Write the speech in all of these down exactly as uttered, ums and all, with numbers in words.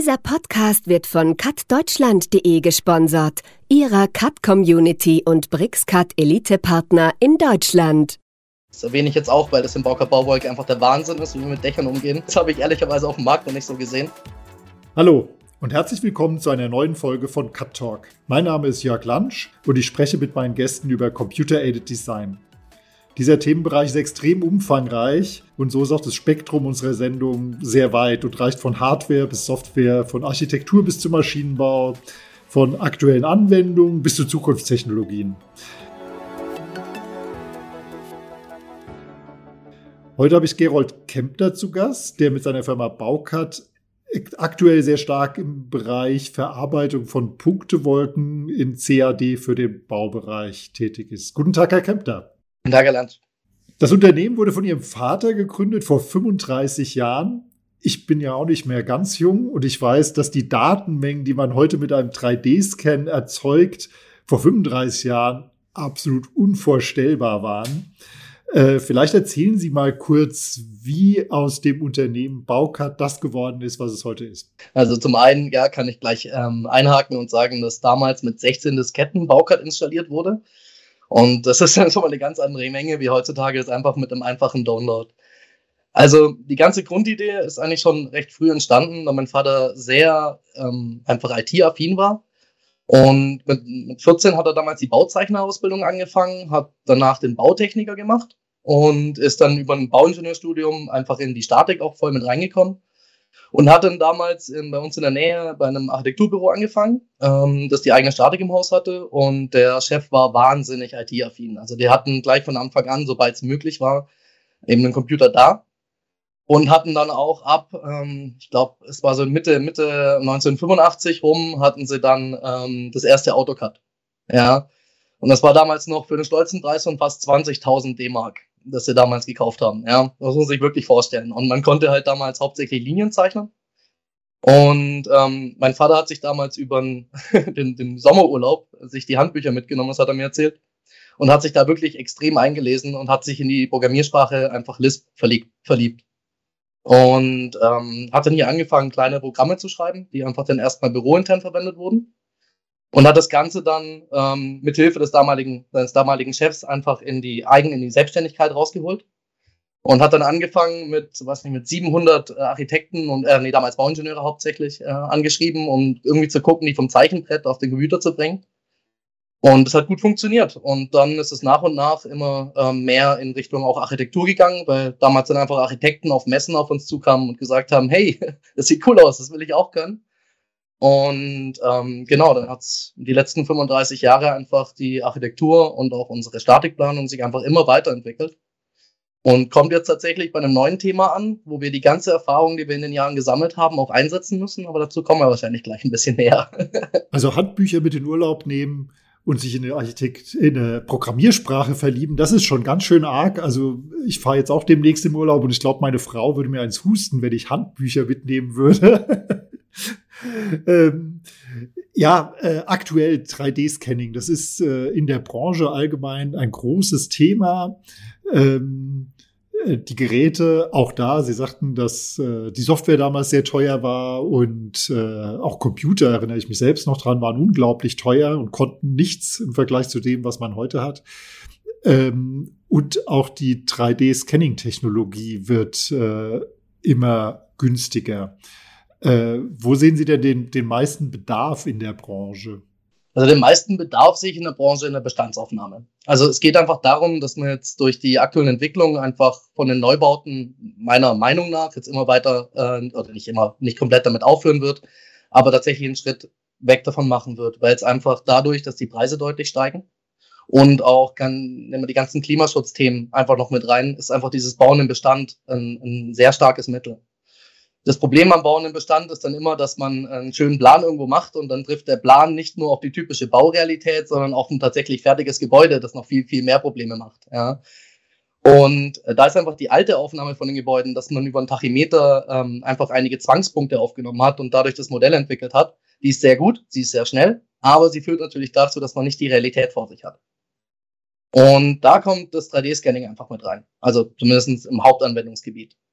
Dieser Podcast wird von cut deutschland punkt de gesponsert, Ihrer C A T-Community und BRICS-C A T-Elite-Partner in Deutschland. Das erwähne ich jetzt auch, weil das im Baucat Bauwerk einfach der Wahnsinn ist, wie wir mit Dächern umgehen. Das habe ich ehrlicherweise auf dem Markt noch nicht so gesehen. Hallo und herzlich willkommen zu einer neuen Folge von C A T Talk. Mein Name ist Jörg Lantsch und ich spreche mit meinen Gästen über Computer-Aided Design. Dieser Themenbereich ist extrem umfangreich und so ist auch das Spektrum unserer Sendung sehr weit und reicht von Hardware bis Software, von Architektur bis zum Maschinenbau, von aktuellen Anwendungen bis zu Zukunftstechnologien. Heute habe ich Gerold Kempter zu Gast, der mit seiner Firma Baucat aktuell sehr stark im Bereich Verarbeitung von Punktewolken in C A D für den Baubereich tätig ist. Guten Tag, Herr Kempter. Guten Tag, Herr Land. Das Unternehmen wurde von Ihrem Vater gegründet vor fünfunddreißig Jahren. Ich bin ja auch nicht mehr ganz jung und ich weiß, dass die Datenmengen, die man heute mit einem drei D-Scan erzeugt, vor fünfunddreißig Jahren absolut unvorstellbar waren. Äh, vielleicht erzählen Sie mal kurz, wie aus dem Unternehmen Baucat das geworden ist, was es heute ist. Also zum einen, ja, kann ich gleich ähm, einhaken und sagen, dass damals mit sechzehn Disketten Baucat installiert wurde. Und das ist dann schon mal eine ganz andere Menge, wie heutzutage ist einfach mit einem einfachen Download. Also die ganze Grundidee ist eigentlich schon recht früh entstanden, da mein Vater sehr ähm, einfach I T-affin war. Und mit, mit vierzehn hat er damals die Bauzeichnerausbildung angefangen, hat danach den Bautechniker gemacht und ist dann über ein Bauingenieurstudium einfach in die Statik auch voll mit reingekommen. Und hat dann damals in, bei uns in der Nähe bei einem Architekturbüro angefangen, ähm, das die eigene Statik im Haus hatte. Und der Chef war wahnsinnig I T-affin. Also die hatten gleich von Anfang an, sobald es möglich war, eben einen Computer da. Und hatten dann auch ab, ähm, ich glaube, es war so Mitte, Mitte neunzehnhundertfünfundachtzig rum, hatten sie dann ähm, das erste AutoCAD. Ja. Und das war damals noch für einen stolzen Preis von fast zwanzigtausend D-Mark, das sie damals gekauft haben. Ja, das muss man sich wirklich vorstellen. Und man konnte halt damals hauptsächlich Linien zeichnen. Und ähm, mein Vater hat sich damals über den, den, den Sommerurlaub sich die Handbücher mitgenommen, das hat er mir erzählt. Und hat sich da wirklich extrem eingelesen und hat sich in die Programmiersprache einfach Lisp verliebt. verliebt. Und ähm, hat dann hier angefangen, kleine Programme zu schreiben, die einfach dann erstmal bürointern verwendet wurden. Und hat das Ganze dann ähm, mit Hilfe des damaligen, seines damaligen Chefs einfach in die eigen, in die Selbstständigkeit rausgeholt. Und hat dann angefangen mit, was nicht, mit siebenhundert äh, Architekten und, äh, nee, damals Bauingenieure hauptsächlich, äh, angeschrieben, um irgendwie zu gucken, die vom Zeichenbrett auf den Computer zu bringen. Und das hat gut funktioniert. Und dann ist es nach und nach immer ähm, mehr in Richtung auch Architektur gegangen, weil damals dann einfach Architekten auf Messen auf uns zukamen und gesagt haben, hey, das sieht cool aus, das will ich auch können. Und ähm, genau, dann hat's die letzten fünfunddreißig Jahre einfach die Architektur und auch unsere Statikplanung sich einfach immer weiterentwickelt. Und kommt jetzt tatsächlich bei einem neuen Thema an, wo wir die ganze Erfahrung, die wir in den Jahren gesammelt haben, auch einsetzen müssen. Aber dazu kommen wir wahrscheinlich gleich ein bisschen näher. Also Handbücher mit in Urlaub nehmen und sich in eine Architekt, in eine Programmiersprache verlieben, das ist schon ganz schön arg. Also ich fahre jetzt auch demnächst im Urlaub und ich glaube, meine Frau würde mir eins husten, wenn ich Handbücher mitnehmen würde. ähm, ja, äh, aktuell drei D-Scanning, das ist äh, in der Branche allgemein ein großes Thema. Ähm, Die Geräte, auch da, Sie sagten, dass äh, die Software damals sehr teuer war und äh, auch Computer, erinnere ich mich selbst noch dran, waren unglaublich teuer und konnten nichts im Vergleich zu dem, was man heute hat. Ähm, und auch die drei D-Scanning-Technologie wird äh, immer günstiger. Äh, wo sehen Sie denn den, den meisten Bedarf in der Branche? Also den meisten Bedarf sehe ich in der Branche in der Bestandsaufnahme. Also es geht einfach darum, dass man jetzt durch die aktuellen Entwicklungen einfach von den Neubauten meiner Meinung nach jetzt immer weiter, äh, oder nicht immer, nicht komplett damit aufhören wird, aber tatsächlich einen Schritt weg davon machen wird, weil es einfach dadurch, dass die Preise deutlich steigen und auch kann, nehmen wir die ganzen Klimaschutzthemen einfach noch mit rein, ist einfach dieses Bauen im Bestand ein, ein sehr starkes Mittel. Das Problem am Bauen im Bestand ist dann immer, dass man einen schönen Plan irgendwo macht und dann trifft der Plan nicht nur auf die typische Baurealität, sondern auf ein tatsächlich fertiges Gebäude, das noch viel, viel mehr Probleme macht. Ja. Und da ist einfach die alte Aufnahme von den Gebäuden, dass man über einen Tachymeter ähm, einfach einige Zwangspunkte aufgenommen hat und dadurch das Modell entwickelt hat. Die ist sehr gut, sie ist sehr schnell, aber sie führt natürlich dazu, dass man nicht die Realität vor sich hat. Und da kommt das drei D-Scanning einfach mit rein. Also zumindest im Hauptanwendungsgebiet.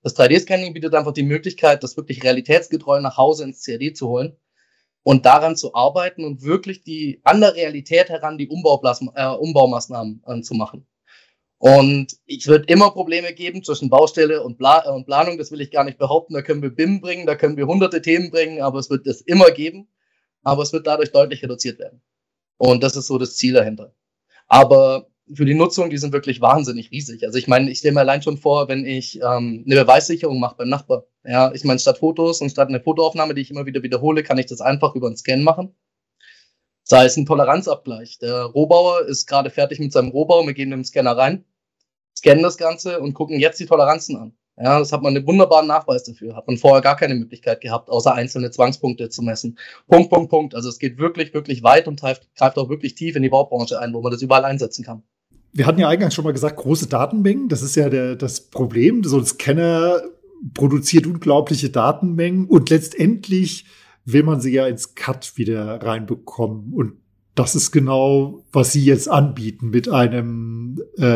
Das drei D-Scanning bietet einfach die Möglichkeit, das wirklich realitätsgetreu nach Hause ins C A D zu holen und daran zu arbeiten und wirklich die an der Realität heran die Umbauplas- äh, Umbaumaßnahmen äh, zu machen. Und es wird immer Probleme geben zwischen Baustelle und, Pla- und Planung, das will ich gar nicht behaupten. Da können wir B I M bringen, da können wir hunderte Themen bringen, aber es wird es immer geben. Aber es wird dadurch deutlich reduziert werden. Und das ist so das Ziel dahinter. Aber für die Nutzung, die sind wirklich wahnsinnig riesig. Also ich meine, ich stelle mir allein schon vor, wenn ich ähm, eine Beweissicherung mache beim Nachbar. Ja, ich meine, statt Fotos und statt eine Fotoaufnahme, die ich immer wieder wiederhole, kann ich das einfach über einen Scan machen. Sei es ein Toleranzabgleich. Der Rohbauer ist gerade fertig mit seinem Rohbau, wir gehen mit dem Scanner rein, scannen das Ganze und gucken jetzt die Toleranzen an. Ja, das hat man einen wunderbaren Nachweis dafür. Hat man vorher gar keine Möglichkeit gehabt, außer einzelne Zwangspunkte zu messen. Punkt, Punkt, Punkt. Also es geht wirklich, wirklich weit und greift, greift auch wirklich tief in die Baubranche ein, wo man das überall einsetzen kann. Wir hatten ja eingangs schon mal gesagt, große Datenmengen. Das ist ja der, das Problem. So ein Scanner produziert unglaubliche Datenmengen und letztendlich will man sie ja ins C A D wieder reinbekommen. Und das ist genau, was Sie jetzt anbieten mit einem äh,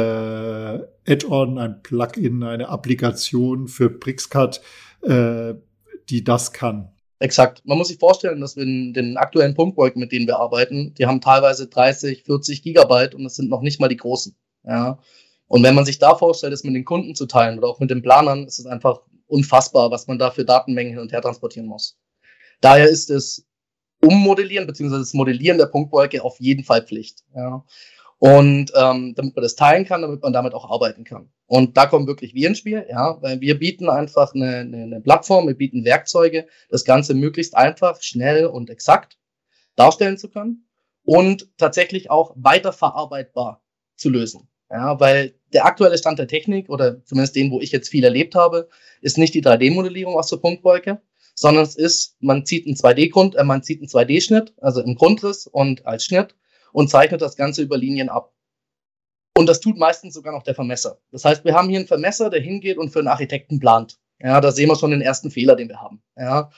Add-on, ein Plugin, eine Applikation für BricsCAD, äh, die das kann. Exakt. Man muss sich vorstellen, dass wir in den aktuellen Punktwolken, mit denen wir arbeiten, die haben teilweise dreißig, vierzig Gigabyte und das sind noch nicht mal die großen. Ja. Und wenn man sich da vorstellt, das mit den Kunden zu teilen oder auch mit den Planern, ist es einfach unfassbar, was man da für Datenmengen hin und her transportieren muss. Daher ist es Ummodellieren beziehungsweise das Modellieren der Punktwolke auf jeden Fall Pflicht. Ja. Und ähm, damit man das teilen kann, damit man damit auch arbeiten kann. Und da kommen wirklich wir ins Spiel, ja, weil wir bieten einfach eine, eine, eine Plattform, wir bieten Werkzeuge, das Ganze möglichst einfach, schnell und exakt darstellen zu können und tatsächlich auch weiterverarbeitbar zu lösen. Ja, weil der aktuelle Stand der Technik oder zumindest den, wo ich jetzt viel erlebt habe, ist nicht die drei D-Modellierung aus der Punktwolke, sondern es ist, man zieht einen zwei D-Grund, äh, man zieht einen zwei D-Schnitt, also im Grundriss und als Schnitt und zeichnet das Ganze über Linien ab. Und das tut meistens sogar noch der Vermesser. Das heißt, wir haben hier einen Vermesser, der hingeht und für einen Architekten plant. Ja, da sehen wir schon den ersten Fehler, den wir haben. Ja.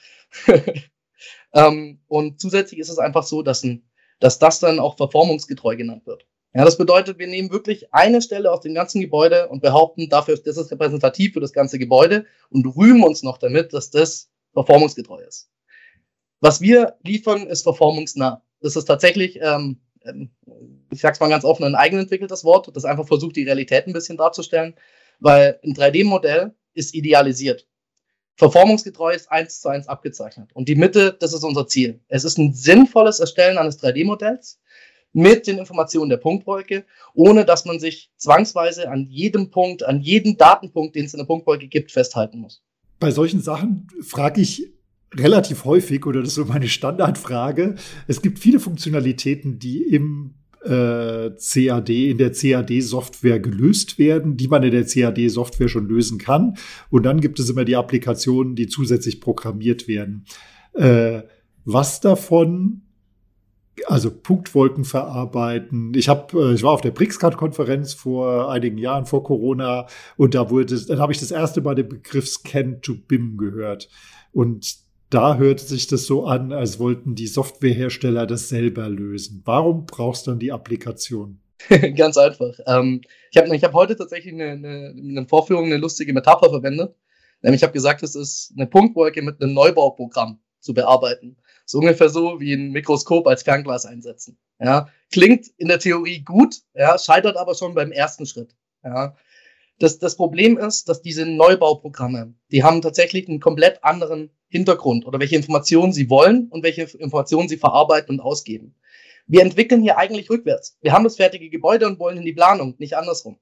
ähm, und zusätzlich ist es einfach so, dass, ein, dass das dann auch verformungsgetreu genannt wird. Ja, das bedeutet, wir nehmen wirklich eine Stelle aus dem ganzen Gebäude und behaupten dafür, das ist repräsentativ für das ganze Gebäude und rühmen uns noch damit, dass das verformungsgetreu ist. Was wir liefern, ist verformungsnah. Das ist tatsächlich, ähm, ich sag's mal ganz offen, ein eigenentwickeltes Wort, das einfach versucht, die Realität ein bisschen darzustellen, weil ein drei D-Modell ist idealisiert. Verformungsgetreu ist eins zu eins abgezeichnet. Und die Mitte, das ist unser Ziel. Es ist ein sinnvolles Erstellen eines drei D-Modells mit den Informationen der Punktwolke, ohne dass man sich zwangsweise an jedem Punkt, an jedem Datenpunkt, den es in der Punktwolke gibt, festhalten muss. Bei solchen Sachen frage ich relativ häufig, oder das ist so meine Standardfrage, es gibt viele Funktionalitäten, die im äh, C A D, in der C A D-Software gelöst werden, die man in der C A D-Software schon lösen kann. Und dann gibt es immer die Applikationen, die zusätzlich programmiert werden. Äh, was davon, also Punktwolken verarbeiten. Ich habe, ich war auf der BricsCAD-Konferenz vor einigen Jahren, vor Corona, und da wurde, dann habe ich das erste Mal den Begriff Scan to B I M gehört. Und da hörte sich das so an, als wollten die Softwarehersteller das selber lösen. Warum brauchst du dann die Applikation? Ganz einfach. Ähm, ich habe ich hab heute tatsächlich eine, eine, eine Vorführung, eine lustige Metapher verwendet. Nämlich ich habe gesagt, es ist eine Punktwolke mit einem Neubauprogramm zu bearbeiten. So ungefähr so wie ein Mikroskop als Fernglas einsetzen. Ja, klingt in der Theorie gut, ja, scheitert aber schon beim ersten Schritt. Ja. Das, das Problem ist, dass diese Neubauprogramme, die haben tatsächlich einen komplett anderen Hintergrund oder welche Informationen sie wollen und welche Informationen sie verarbeiten und ausgeben. Wir entwickeln hier eigentlich rückwärts. Wir haben das fertige Gebäude und wollen in die Planung, nicht andersrum.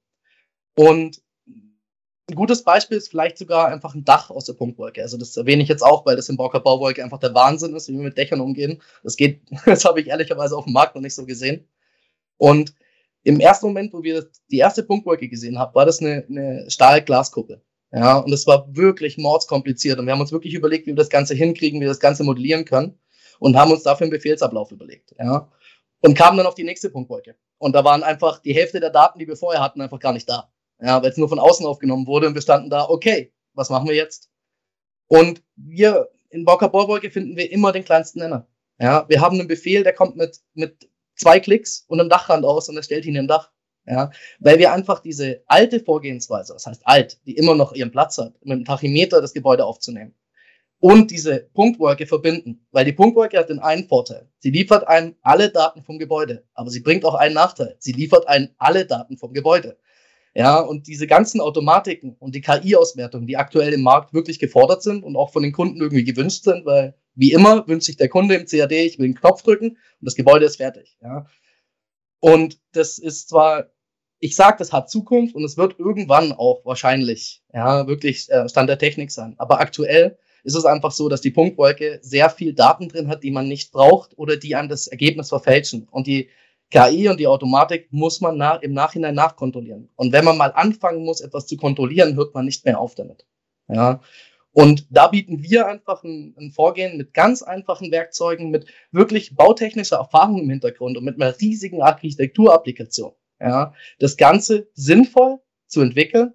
Und ein gutes Beispiel ist vielleicht sogar einfach ein Dach aus der Punktwolke. Also das erwähne ich jetzt auch, weil das in Baucat-Bauwolke einfach der Wahnsinn ist, wie wir mit Dächern umgehen. Das geht, das habe ich ehrlicherweise auf dem Markt noch nicht so gesehen. Und im ersten Moment, wo wir die erste Punktwolke gesehen haben, war das eine, eine Stahl-Glaskuppel. Ja, und es war wirklich mordskompliziert. Und wir haben uns wirklich überlegt, wie wir das Ganze hinkriegen, wie wir das Ganze modellieren können. Und haben uns dafür einen Befehlsablauf überlegt. Ja, und kamen dann auf die nächste Punktwolke. Und da waren einfach die Hälfte der Daten, die wir vorher hatten, einfach gar nicht da. Ja, weil es nur von außen aufgenommen wurde und wir standen da, okay, was machen wir jetzt? Und wir in Baucat-Bauwolke finden wir immer den kleinsten Nenner. Ja, wir haben einen Befehl, der kommt mit, mit zwei Klicks und einem Dachrand aus und erstellt ihn im Dach. Ja, weil wir einfach diese alte Vorgehensweise, das heißt alt, die immer noch ihren Platz hat, mit dem Tachymeter das Gebäude aufzunehmen und diese Punktwolke verbinden, weil die Punktwolke hat den einen Vorteil, sie liefert einem alle Daten vom Gebäude, aber sie bringt auch einen Nachteil, sie liefert einem alle Daten vom Gebäude. Ja, und diese ganzen Automatiken und die K I-Auswertungen, die aktuell im Markt wirklich gefordert sind und auch von den Kunden irgendwie gewünscht sind, weil wie immer wünscht sich der Kunde im C A D, ich will einen Knopf drücken und das Gebäude ist fertig. Ja. Und das ist zwar, ich sage, das hat Zukunft und es wird irgendwann auch wahrscheinlich ja wirklich äh, Stand der Technik sein. Aber aktuell ist es einfach so, dass die Punktwolke sehr viel Daten drin hat, die man nicht braucht oder die an das Ergebnis verfälschen. Und die K I und die Automatik muss man nach, im Nachhinein nachkontrollieren. Und wenn man mal anfangen muss, etwas zu kontrollieren, hört man nicht mehr auf damit. Ja. Und da bieten wir einfach ein, ein Vorgehen mit ganz einfachen Werkzeugen, mit wirklich bautechnischer Erfahrung im Hintergrund und mit einer riesigen Architekturapplikation. Ja. Das Ganze sinnvoll zu entwickeln.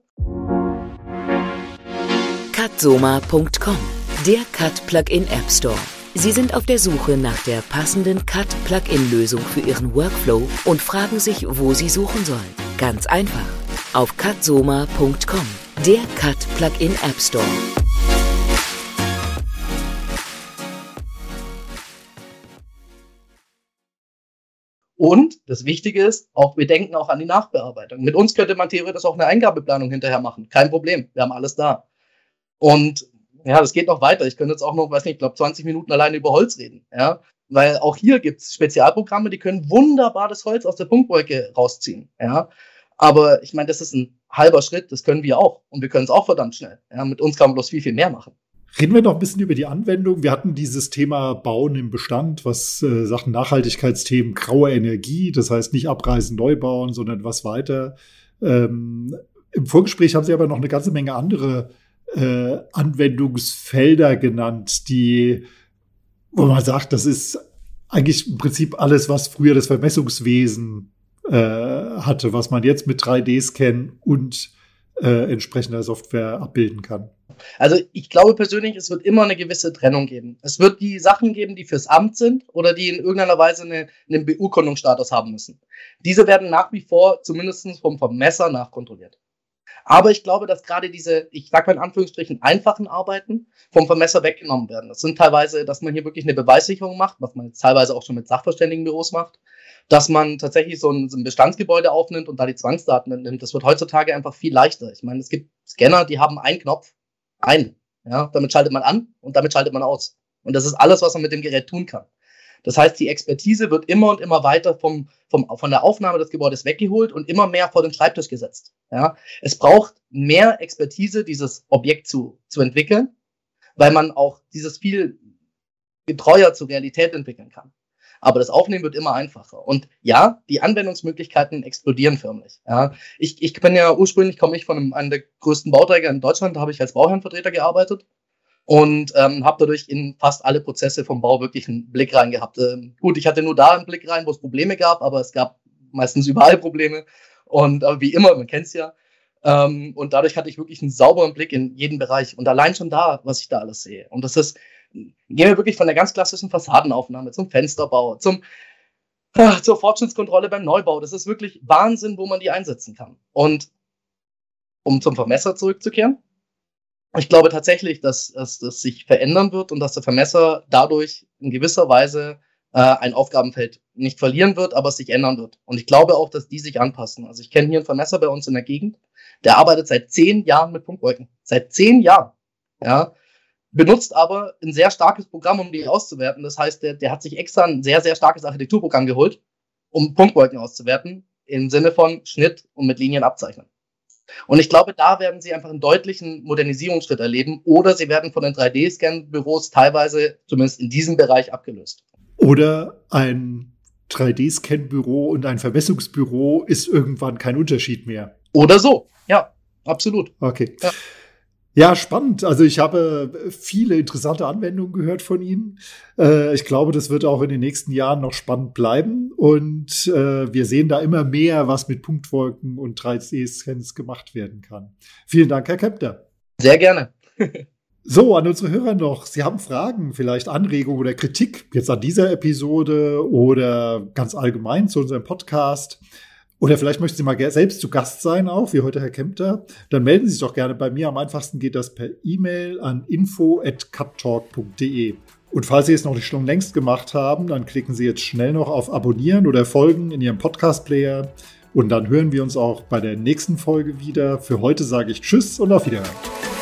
Catsoma punkt com, der C A D-Plugin App Store. Sie sind auf der Suche nach der passenden C A D-Plugin-Lösung für Ihren Workflow und fragen sich, wo Sie suchen sollen. Ganz einfach. Auf Catsoma punkt com, der C A D-Plugin App Store. Und das Wichtige ist, auch wir denken auch an die Nachbearbeitung. Mit uns könnte man theoretisch auch eine Eingabeplanung hinterher machen. Kein Problem, wir haben alles da. Und ja, das geht noch weiter. Ich könnte jetzt auch noch, weiß nicht, ich glaube zwanzig Minuten alleine über Holz reden. Ja, weil auch hier gibt es Spezialprogramme, die können wunderbar das Holz aus der Punktwolke rausziehen. Ja, aber ich meine, das ist ein halber Schritt, das können wir auch. Und wir können es auch verdammt schnell. Ja, mit uns kann man bloß viel, viel mehr machen. Reden wir noch ein bisschen über die Anwendung. Wir hatten dieses Thema Bauen im Bestand, was äh, Sachen Nachhaltigkeitsthemen, graue Energie, das heißt nicht abreißen, neu bauen, sondern was weiter. Ähm, im Vorgespräch haben Sie aber noch eine ganze Menge andere äh, Anwendungsfelder genannt, die, wo man sagt, das ist eigentlich im Prinzip alles, was früher das Vermessungswesen äh, hatte, was man jetzt mit drei D-Scan und äh, entsprechender Software abbilden kann. Also ich glaube persönlich, es wird immer eine gewisse Trennung geben. Es wird die Sachen geben, die fürs Amt sind oder die in irgendeiner Weise eine, einen Beurkundungsstatus haben müssen. Diese werden nach wie vor zumindest vom Vermesser nachkontrolliert. Aber ich glaube, dass gerade diese, ich sage mal in Anführungsstrichen, einfachen Arbeiten vom Vermesser weggenommen werden. Das sind teilweise, dass man hier wirklich eine Beweissicherung macht, was man jetzt teilweise auch schon mit Sachverständigenbüros macht, dass man tatsächlich so ein, so ein Bestandsgebäude aufnimmt und da die Zwangsdaten entnimmt. Das wird heutzutage einfach viel leichter. Ich meine, es gibt Scanner, die haben einen Knopf, einen. Ja, damit schaltet man an und damit schaltet man aus. Und das ist alles, was man mit dem Gerät tun kann. Das heißt, die Expertise wird immer und immer weiter vom, vom, von der Aufnahme des Gebäudes weggeholt und immer mehr vor den Schreibtisch gesetzt. Ja, es braucht mehr Expertise, dieses Objekt zu, zu entwickeln, weil man auch dieses viel getreuer zur Realität entwickeln kann. Aber das Aufnehmen wird immer einfacher. Und ja, die Anwendungsmöglichkeiten explodieren förmlich. Ja, ich, ich bin ja ursprünglich, komme ich von einem, einem der größten Bauträger in Deutschland, da habe ich als Bauherrenvertreter gearbeitet. Und ähm, habe dadurch in fast alle Prozesse vom Bau wirklich einen Blick rein gehabt. Ähm, gut, ich hatte nur da einen Blick rein, wo es Probleme gab, aber es gab meistens überall Probleme. Und äh, wie immer, man kennt's ja. Ähm, und dadurch hatte ich wirklich einen sauberen Blick in jeden Bereich. Und allein schon da, was ich da alles sehe. Und das ist, gehen wir wirklich von der ganz klassischen Fassadenaufnahme zum Fensterbau, zum äh, zur Fortschrittskontrolle beim Neubau. Das ist wirklich Wahnsinn, wo man die einsetzen kann. Und um zum Vermesser zurückzukehren, ich glaube tatsächlich, dass, dass das sich verändern wird und dass der Vermesser dadurch in gewisser Weise äh, ein Aufgabenfeld nicht verlieren wird, aber es sich ändern wird. Und ich glaube auch, dass die sich anpassen. Also ich kenne hier einen Vermesser bei uns in der Gegend, der arbeitet seit zehn Jahren mit Punktwolken. Seit zehn Jahren. Ja. Benutzt aber ein sehr starkes Programm, um die auszuwerten. Das heißt, der, der hat sich extra ein sehr, sehr starkes Architekturprogramm geholt, um Punktwolken auszuwerten, im Sinne von Schnitt und mit Linien abzeichnen. Und ich glaube, da werden sie einfach einen deutlichen Modernisierungsschritt erleben oder sie werden von den drei D-Scan-Büros teilweise, zumindest in diesem Bereich, abgelöst. Oder ein drei D-Scan-Büro und ein Vermessungsbüro ist irgendwann kein Unterschied mehr. Oder so, ja, absolut. Okay. Ja. Ja, spannend. Also ich habe viele interessante Anwendungen gehört von Ihnen. Äh, ich glaube, das wird auch in den nächsten Jahren noch spannend bleiben. Und äh, wir sehen da immer mehr, was mit Punktwolken und drei D-Scans gemacht werden kann. Vielen Dank, Herr Kempter. Sehr gerne. So, an unsere Hörer noch. Sie haben Fragen, vielleicht Anregungen oder Kritik jetzt an dieser Episode oder ganz allgemein zu unserem Podcast. Oder vielleicht möchten Sie mal selbst zu Gast sein, auch wie heute Herr Kempter. Dann melden Sie sich doch gerne bei mir. Am einfachsten geht das per E-Mail an info at cuttalk punkt de. Und falls Sie es noch nicht schon längst gemacht haben, dann klicken Sie jetzt schnell noch auf Abonnieren oder Folgen in Ihrem Podcast-Player. Und dann hören wir uns auch bei der nächsten Folge wieder. Für heute sage ich Tschüss und auf Wiederhören.